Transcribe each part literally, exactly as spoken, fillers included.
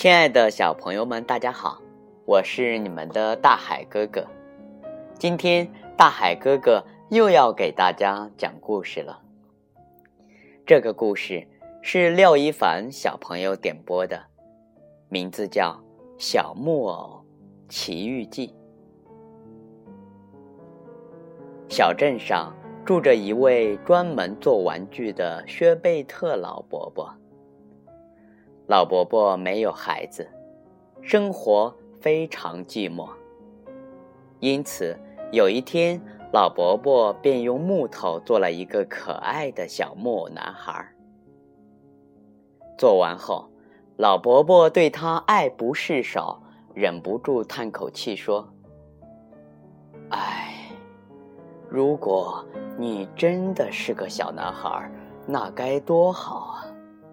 亲爱的小朋友们，大家好，我是你们的大海哥哥。今天大海哥哥又要给大家讲故事了。这个故事是廖一凡小朋友点播的，名字叫《小木偶奇遇记》。小镇上住着一位专门做玩具的薛贝特老伯伯。老伯伯没有孩子，生活非常寂寞。因此有一天，老伯伯便用木头做了一个可爱的小木偶男孩。做完后，老伯伯对他爱不释手，忍不住叹口气说：唉，如果你真的是个小男孩，那该多好啊。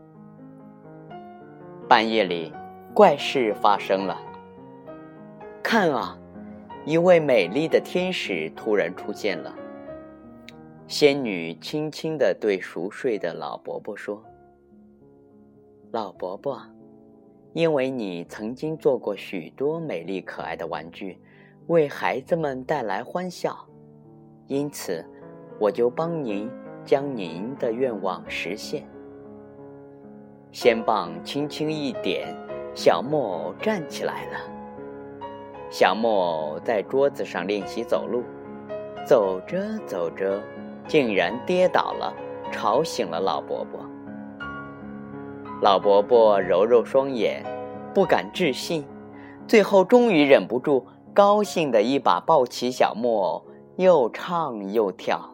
半夜里，怪事发生了。看啊，一位美丽的天使突然出现了。仙女轻轻地对熟睡的老伯伯说：老伯伯，因为你曾经做过许多美丽可爱的玩具，为孩子们带来欢笑，因此我就帮您将您的愿望实现。仙棒轻轻一点，小木偶站起来了。小木偶在桌子上练习走路，走着走着，竟然跌倒了，吵醒了老伯伯。老伯伯揉揉双眼，不敢置信，最后终于忍不住，高兴地一把抱起小木偶，又唱又跳。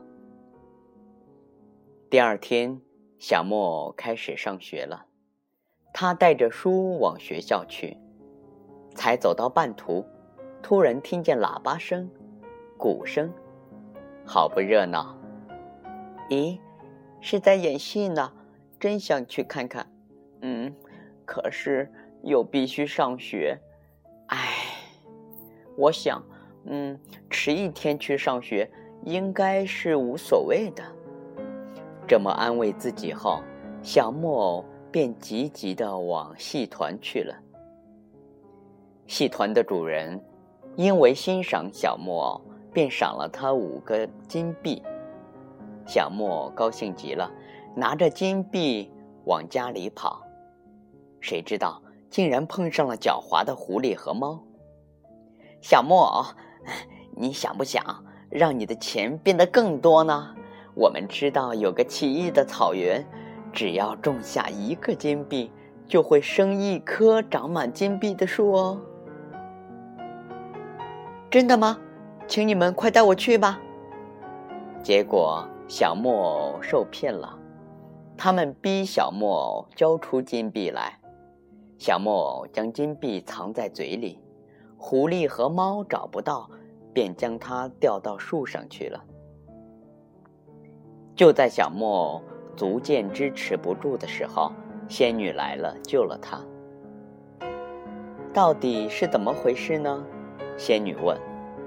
第二天，小木偶开始上学了。他带着书往学校去，才走到半途，突然听见喇叭声、鼓声，好不热闹。咦，是在演戏呢，真想去看看。嗯，可是又必须上学。唉，我想，嗯，迟一天去上学应该是无所谓的。这么安慰自己后，小木偶便急急地往戏团去了。戏团的主人因为欣赏小木偶，便赏了他五个金币。小木偶高兴极了，拿着金币往家里跑，谁知道竟然碰上了狡猾的狐狸和猫。小木偶，你想不想让你的钱变得更多呢？我们知道有个奇异的草原，只要种下一个金币，就会生一棵长满金币的树哦。真的吗？请你们快带我去吧。结果小木偶受骗了，他们逼小木偶交出金币来。小木偶将金币藏在嘴里，狐狸和猫找不到，便将它吊到树上去了。就在小木偶逐渐支持不住的时候，仙女来了，救了他。到底是怎么回事呢？仙女问。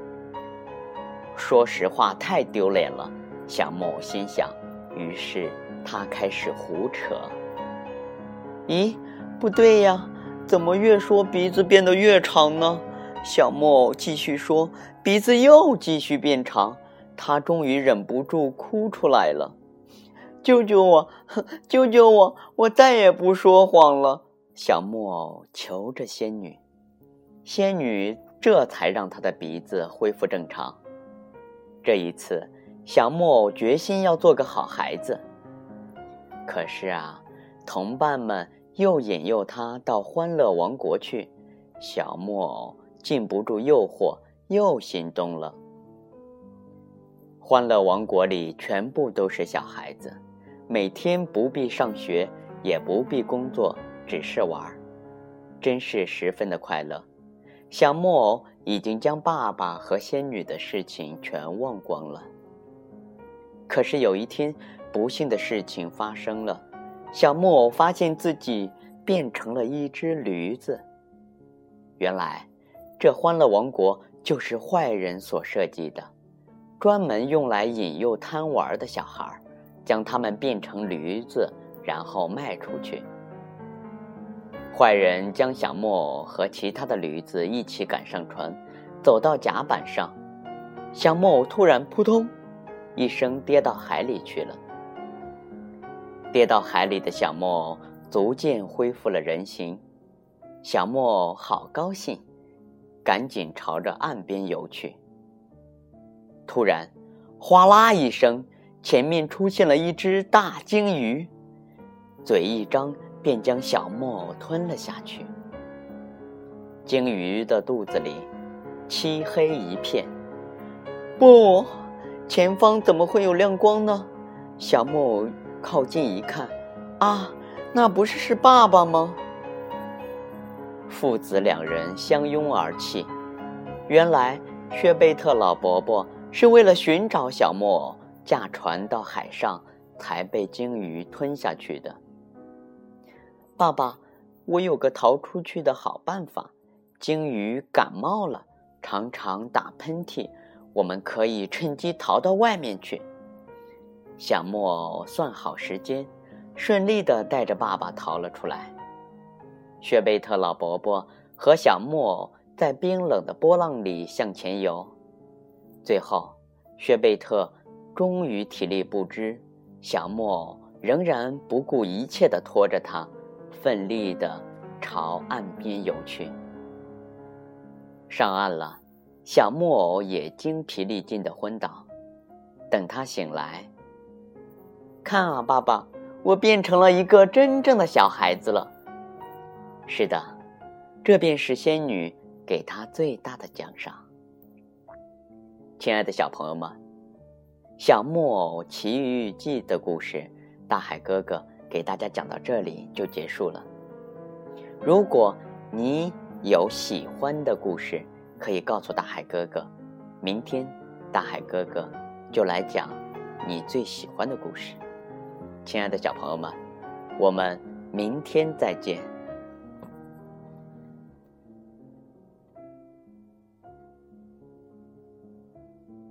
说实话太丢脸了，小木偶心想，于是他开始胡扯。咦，不对呀，怎么越说鼻子变得越长呢？小木偶继续说，鼻子又继续变长，他终于忍不住哭出来了。救救我，救救我，我再也不说谎了。小木偶求着仙女，仙女这才让他的鼻子恢复正常。这一次，小木偶决心要做个好孩子。可是啊，同伴们又引诱他到欢乐王国去，小木偶禁不住诱惑，又心动了。欢乐王国里全部都是小孩子，每天不必上学，也不必工作，只是玩，真是十分的快乐。小木偶已经将爸爸和仙女的事情全忘光了。可是有一天，不幸的事情发生了，小木偶发现自己变成了一只驴子。原来，这欢乐王国就是坏人所设计的，专门用来引诱贪玩的小孩，将他们变成驴子，然后卖出去。 坏人将小莫和其他的驴子一起赶上船，走到甲板上，小莫突然扑通一声跌到海里去了。跌到海里的小莫逐渐恢复了人形，小莫好高兴，赶紧朝着岸边游去。突然，哗啦一声，前面出现了一只大鲸鱼，嘴一张便将小莫吞了下去。鲸鱼的肚子里漆黑一片，不，前方怎么会有亮光呢？小莫靠近一看，啊，那不是是爸爸吗？父子两人相拥而泣。原来薛贝特老伯伯是为了寻找小莫，驾船到海上，才被鲸鱼吞下去的。爸爸，我有个逃出去的好办法。鲸鱼感冒了，常常打喷嚏，我们可以趁机逃到外面去。小莫算好时间，顺利地带着爸爸逃了出来。薛贝特老伯伯和小莫在冰冷的波浪里向前游，最后薛贝特终于体力不支，小莫仍然不顾一切地拖着他，奋力地朝岸边游去。上岸了，小木偶也精疲力尽地昏倒。等他醒来，看啊，爸爸，我变成了一个真正的小孩子了。是的，这便是仙女给他最大的奖赏。亲爱的小朋友们，小木偶奇遇记的故事，大海哥哥给大家讲到这里就结束了。如果你有喜欢的故事，可以告诉大海哥哥，明天大海哥哥就来讲你最喜欢的故事。亲爱的小朋友们，我们明天再见。